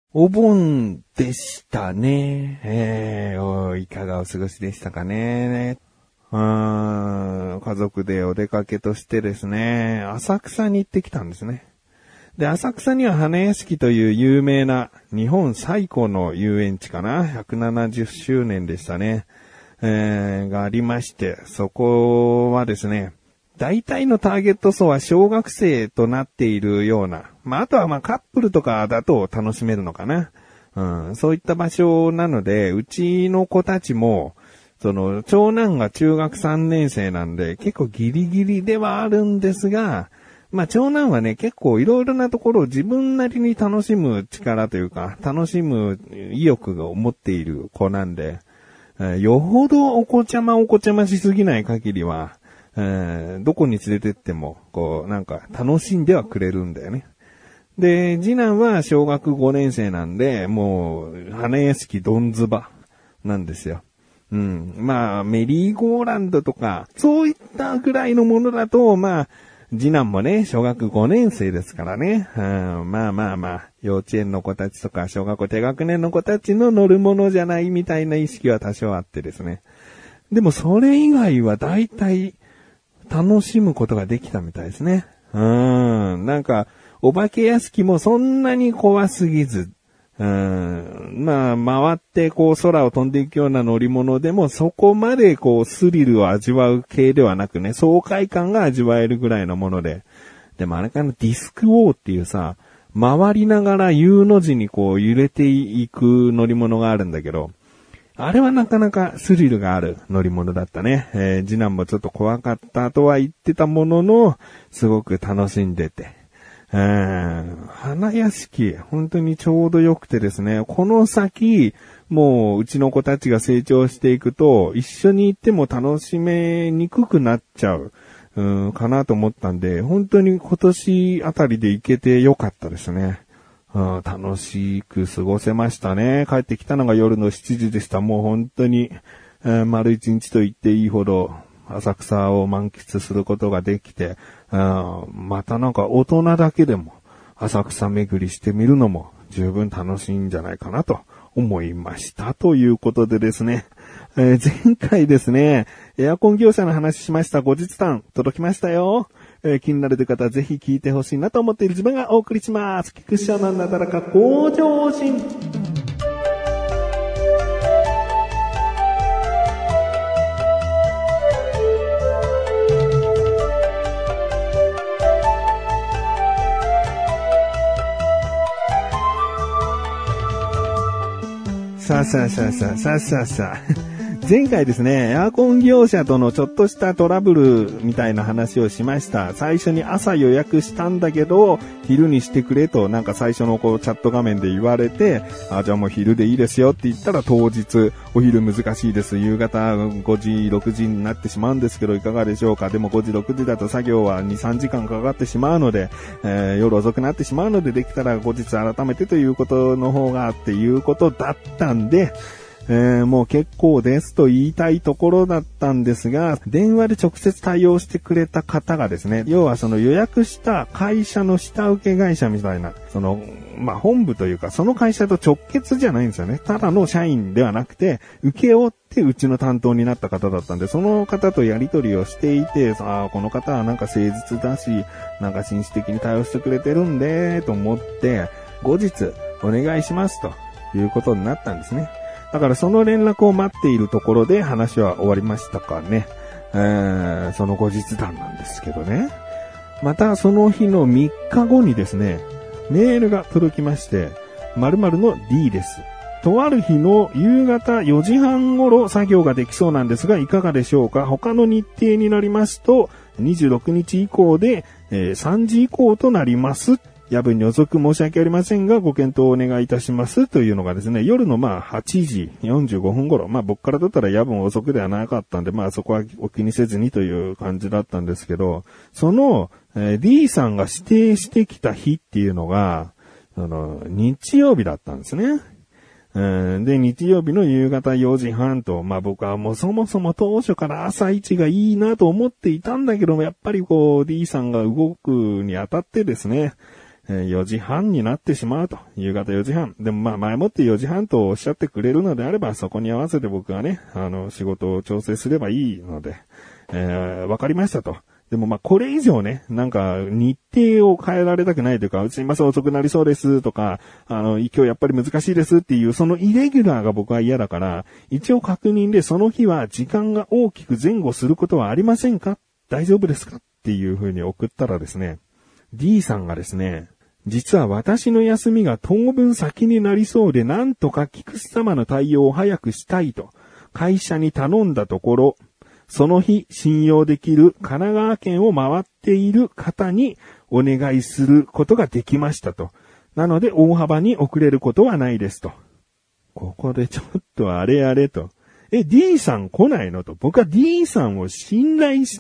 お盆でしたね。いかがお過ごしでしたかね。家族でお出かけとしてですね、浅草に行ってきたんですね。で、浅草には花屋敷という有名な日本最古の遊園地かな。170周年でしたね。がありまして、そこはですね、大体のターゲット層は小学生となっているような。あとはカップルとかだと楽しめるのかな。そういった場所なので、うちの子たちも、長男が中学3年生なんで、結構ギリギリではあるんですが、長男はね、結構いろいろなところを自分なりに楽しむ力というか、楽しむ意欲を持っている子なんで、よほどお子ちゃましすぎない限りは、どこに連れてっても、楽しんではくれるんだよね。で、次男は小学5年生なんで、もう、花屋敷どんずばなんですよ。メリーゴーランドとか、そういったぐらいのものだと、次男もね、小学5年生ですからね。幼稚園の子たちとか、小学校低学年の子たちの乗るものじゃないみたいな意識は多少あってですね。でもそれ以外は大体、楽しむことができたみたいですね。お化け屋敷もそんなに怖すぎず、回って空を飛んでいくような乗り物でもそこまでスリルを味わう系ではなくね、爽快感が味わえるぐらいのもので。でもディスクウォーっていうさ、回りながら U の字に揺れていく乗り物があるんだけど、あれはなかなかスリルがある乗り物だったね。次男もちょっと怖かったとは言ってたものの、すごく楽しんでて。花屋敷、本当にちょうど良くてですね、この先、もううちの子たちが成長していくと、一緒に行っても楽しめにくくなっちゃう、かなと思ったんで、本当に今年あたりで行けて良かったですね。楽しく過ごせましたね。帰ってきたのが夜の7時でした。もう本当に、丸一日と言っていいほど浅草を満喫することができて、また大人だけでも浅草巡りしてみるのも十分楽しいんじゃないかなと思いました。ということでですね、前回ですね、エアコン業者の話しました後日談届きましたよ。気になるという方はぜひ聞いてほしいなと思っている自分がお送りします。菊池のなだらか向上心。さあ。前回ですね、エアコン業者とのちょっとしたトラブルみたいな話をしました。最初に朝予約したんだけど、昼にしてくれと最初のチャット画面で言われて、じゃあもう昼でいいですよって言ったら当日、お昼難しいです。夕方5時、6時になってしまうんですけどいかがでしょうか。でも5時、6時だと作業は2、3時間かかってしまうので、夜遅くなってしまうのでできたら後日改めてということの方がっていうことだったんで、もう結構ですと言いたいところだったんですが、電話で直接対応してくれた方がですね、要は予約した会社の下請け会社みたいな、本部というかその会社と直結じゃないんですよね。ただの社員ではなくて、請け負ってうちの担当になった方だったんで、その方とやり取りをしていて、この方は誠実だし、紳士的に対応してくれてるんで、と思って、後日お願いしますということになったんですね。だからその連絡を待っているところで話は終わりましたかね。その後日談なんですけどね。またその日の3日後にですね、メールが届きまして、〇〇の D です。とある日の夕方4時半頃作業ができそうなんですがいかがでしょうか。他の日程になりますと26日以降で、3時以降となります。夜分に遅く申し訳ありませんがご検討をお願いいたしますというのがですね、夜の8時45分頃、僕からだったら夜分遅くではなかったんで、そこはお気にせずにという感じだったんですけど、その、D さんが指定してきた日っていうのが、日曜日だったんですね。で、日曜日の夕方4時半と、僕はもうそもそも当初から朝一がいいなと思っていたんだけども、やっぱりD さんが動くにあたってですね、 4時半になってしまうと。夕方4時半。でもまあ前もって4時半とおっしゃってくれるのであれば、そこに合わせて僕はね、仕事を調整すればいいので、わかりましたと。でもまあこれ以上ね、なんか日程を変えられたくないというか、すいません遅くなりそうですとか、今日やっぱり難しいですっていう、そのイレギュラーが僕は嫌だから、一応確認でその日は時間が大きく前後することはありませんか？大丈夫ですか？っていう風に送ったらですね、D さんがですね、実は私の休みが当分先になりそうでなんとか菊池様の対応を早くしたいと会社に頼んだところ、その日信用できる神奈川県を回っている方にお願いすることができましたと。なので大幅に遅れることはないですと。ここでちょっとあれあれと。D さん来ないのと。僕は D さんを信頼して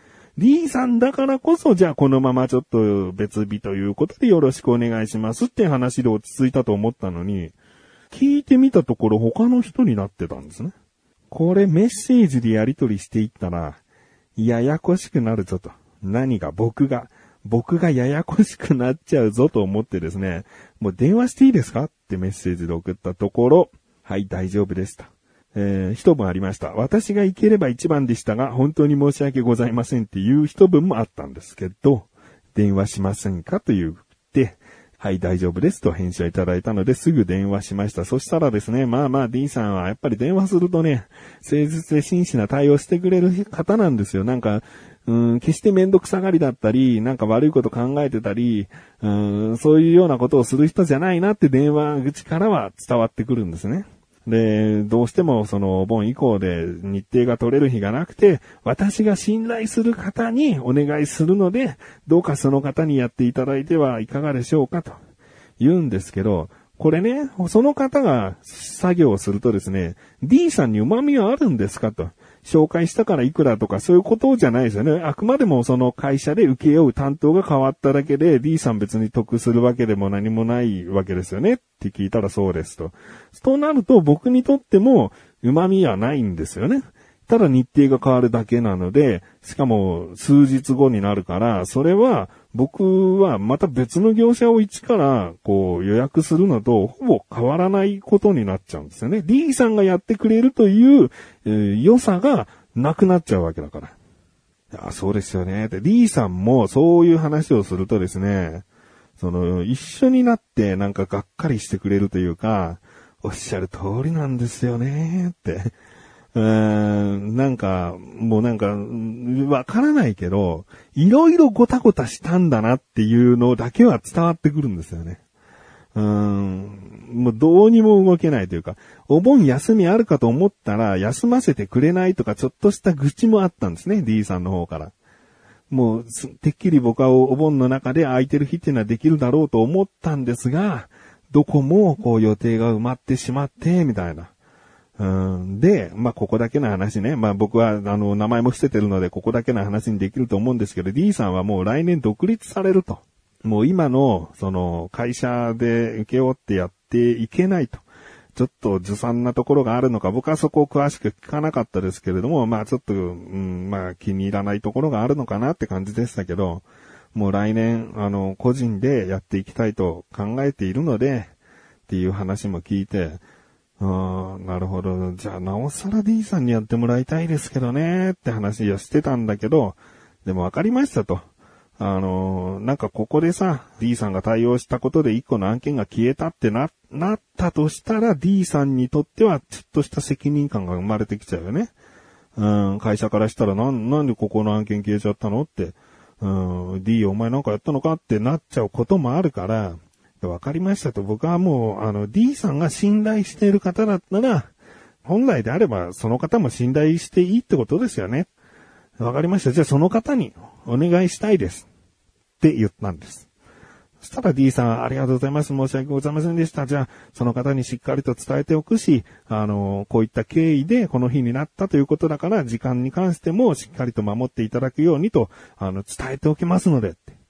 、D さんだからこそ、じゃあこのままちょっと別日ということでよろしくお願いしますって話で落ち着いたと思ったのに、聞いてみたところ他の人になってたんですね。これメッセージでやり取りしていったら、ややこしくなるぞと。何が僕がややこしくなっちゃうぞと思ってですね、もう電話していいですかってメッセージで送ったところ、はい、大丈夫ですと。一文ありました。私が行ければ一番でしたが、本当に申し訳ございませんっていう一文もあったんですけど、電話しませんかと言って、はい、大丈夫ですと返信をいただいたので、すぐ電話しました。そしたらですね、まあ D さんはやっぱり電話するとね、誠実で真摯な対応してくれる方なんですよ。なんか、決してめんどくさがりだったり、なんか悪いこと考えてたり、そういうようなことをする人じゃないなって電話口からは伝わってくるんですね。で、どうしてもそのお盆以降で日程が取れる日がなくて、私が信頼する方にお願いするので、どうかその方にやっていただいてはいかがでしょうかと言うんですけど、これね、その方が作業をするとですね、D さんに旨味はあるんですかと。紹介したからいくらとかそういうことじゃないですよね。あくまでもその会社で請け負う担当が変わっただけで D さん別に得するわけでも何もないわけですよねって聞いたらそうですと。そうなると僕にとっても旨味はないんですよね。ただ日程が変わるだけなので、しかも数日後になるから、それは僕はまた別の業者を一から予約するのとほぼ変わらないことになっちゃうんですよね。D さんがやってくれるという、良さがなくなっちゃうわけだから。いや、そうですよね。で、D さんもそういう話をするとですね、一緒になってなんかがっかりしてくれるというか、おっしゃる通りなんですよねって。なんか、もうなんか、わからないけど、いろいろごたごたしたんだなっていうのだけは伝わってくるんですよね。もうどうにも動けないというか、お盆休みあるかと思ったら休ませてくれないとかちょっとした愚痴もあったんですね、D さんの方から。もう、てっきり僕はお盆の中で空いてる日っていうのはできるだろうと思ったんですが、どこも予定が埋まってしまって、みたいな。で、ここだけの話ね。僕は、名前も伏せてるので、ここだけの話にできると思うんですけど、D さんはもう来年独立されると。もう今の、会社で請け負ってやっていけないと。ちょっとずさんなところがあるのか、僕はそこを詳しく聞かなかったですけれども、ちょっと、気に入らないところがあるのかなって感じでしたけど、もう来年、個人でやっていきたいと考えているので、っていう話も聞いて、なるほど。じゃあ、なおさら D さんにやってもらいたいですけどね、って話をしてたんだけど、でも分かりましたと。なんかここでさ、D さんが対応したことで1個の案件が消えたってなったとしたら D さんにとってはちょっとした責任感が生まれてきちゃうよね。会社からしたらなんでここの案件消えちゃったのって、D お前なんかやったのかってなっちゃうこともあるから、わかりましたと。僕はもう、D さんが信頼している方だったら、本来であればその方も信頼していいってことですよね。わかりました。じゃあその方にお願いしたいです。って言ったんです。そしたら D さん、ありがとうございます。申し訳ございませんでした。じゃあ、その方にしっかりと伝えておくし、こういった経緯でこの日になったということだから、時間に関してもしっかりと守っていただくようにと、伝えておきますのでって。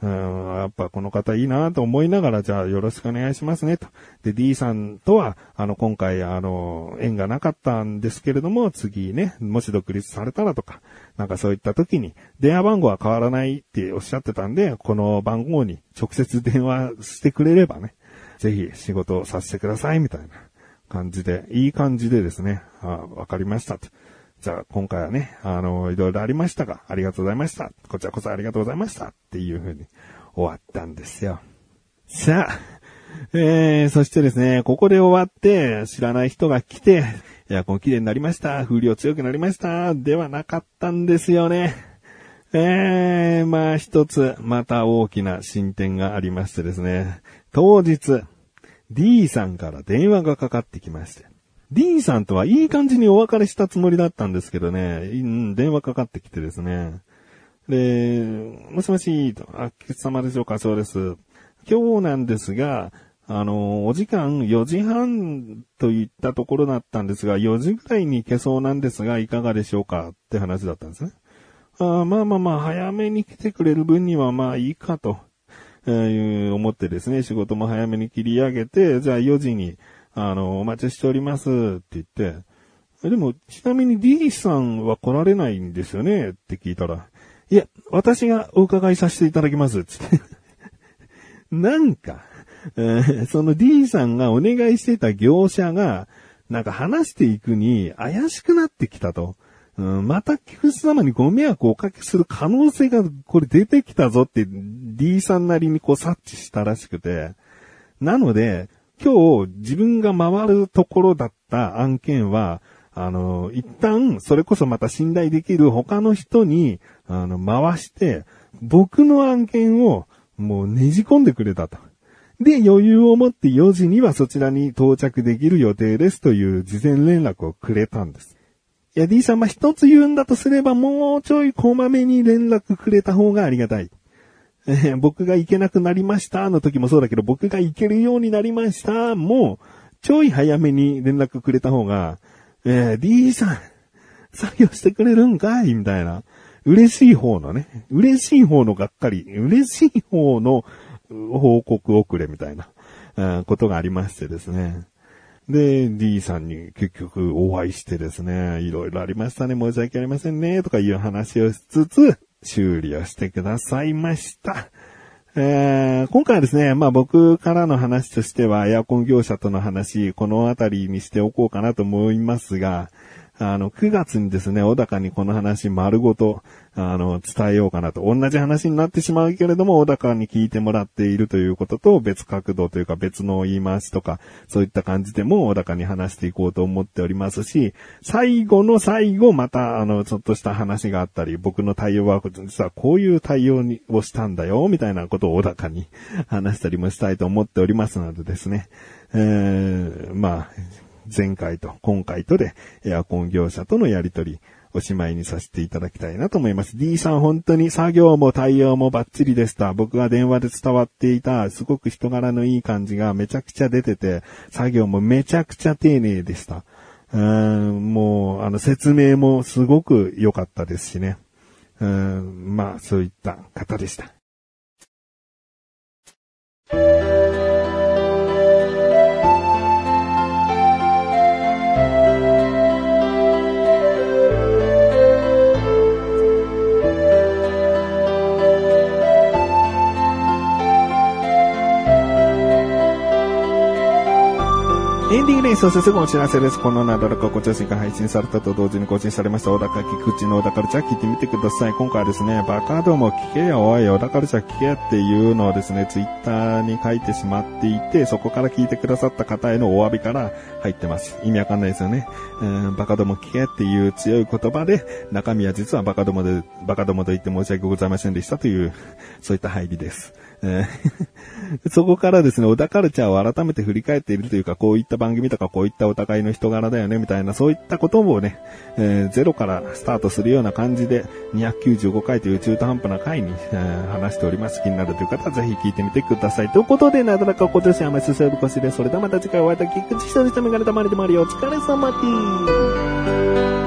やっぱこの方いいなと思いながら、じゃあよろしくお願いしますねと。で、D さんとは、今回、縁がなかったんですけれども、次ね、もし独立されたらとか、なんかそういった時に、電話番号は変わらないっておっしゃってたんで、この番号に直接電話してくれればね、ぜひ仕事をさせてくださいみたいな感じで、いい感じでですね、わかりましたと。じゃあ今回はね、いろいろありましたが、ありがとうございました。こちらこそありがとうございましたっていう風に終わったんですよ。さあ、そしてですね、ここで終わって知らない人が来て、エアコン綺麗になりました。風量強くなりました。ではなかったんですよね。まあ一つ、また大きな進展がありましてですね、当日、D さんから電話がかかってきまして、D さんとはいい感じにお別れしたつもりだったんですけどね、電話かかってきてですね。で、もしもし、お客様でしょうか、そうです。今日なんですが、お時間4時半といったところだったんですが、4時ぐらいに行けそうなんですが、いかがでしょうかって話だったんですね。まあ、早めに来てくれる分にはまあいいかと、思ってですね、仕事も早めに切り上げて、じゃあ4時に、お待ちしておりますって言って、でも、ちなみに D さんは来られないんですよねって聞いたら、いや、私がお伺いさせていただきますつって。なんか、その D さんがお願いしてた業者が、なんか話していくに怪しくなってきたと。また菊池様にご迷惑をおかけする可能性がこれ出てきたぞって D さんなりにこう察知したらしくて。なので、今日自分が回るところだった案件は、一旦それこそまた信頼できる他の人に、回して、僕の案件をもうねじ込んでくれたと。で、余裕を持って4時にはそちらに到着できる予定ですという事前連絡をくれたんです。いや、D さん、一つ言うんだとすればもうちょいこまめに連絡くれた方がありがたい。僕が行けなくなりましたの時もそうだけど、僕が行けるようになりましたもうちょい早めに連絡くれた方が、D さん、作業してくれるんかいみたいな。嬉しい方のね、嬉しい方のがっかり、嬉しい方の報告遅れみたいな、ことがありましてですね。で、D さんに結局お会いしてですね、いろいろありましたね、申し訳ありませんね、とかいう話をしつつ、修理をしてくださいました。今回はですね、僕からの話としては、エアコン業者との話、このあたりにしておこうかなと思いますが、9月にですね、小高にこの話丸ごと、伝えようかなと。同じ話になってしまうけれども、小高に聞いてもらっているということと、別角度というか別の言い回しとか、そういった感じでも小高に話していこうと思っておりますし、最後の最後、また、ちょっとした話があったり、僕の対応は、実はこういう対応をしたんだよ、みたいなことを小高に話したりもしたいと思っておりますのでですね。前回と今回とでエアコン業者とのやりとりおしまいにさせていただきたいなと思います。D さん本当に作業も対応もバッチリでした。僕が電話で伝わっていたすごく人柄のいい感じがめちゃくちゃ出てて、作業もめちゃくちゃ丁寧でした。もう説明もすごく良かったですしね。そういった方でした。エンディングです。そしてすぐお知らせです。このなだらかご調子が配信されたと同時に更新されました小高菊池の小高ルチャー聞いてみてください。今回はですね、バカども聞けよおい小高ルチャー聞けっていうのをですね、ツイッターに書いてしまっていて、そこから聞いてくださった方へのお詫びから入ってます。意味わかんないですよね。バカども聞けっていう強い言葉で、中身は実はバカどもと言って申し訳ございませんでしたという、そういった入りです。そこからですね、小田カルチャーを改めて振り返っているというか、こういった番組とかこういったお互いの人柄だよねみたいな、そういったことをね、ゼロからスタートするような感じで295回という中途半端な回に、話しております。気になるという方はぜひ聞いてみてください。ということで、なだらか今年はましすぶこしで、それではまた次回お会いいたい菊池一人でメガネたまりでもあるよ。お疲れ様です。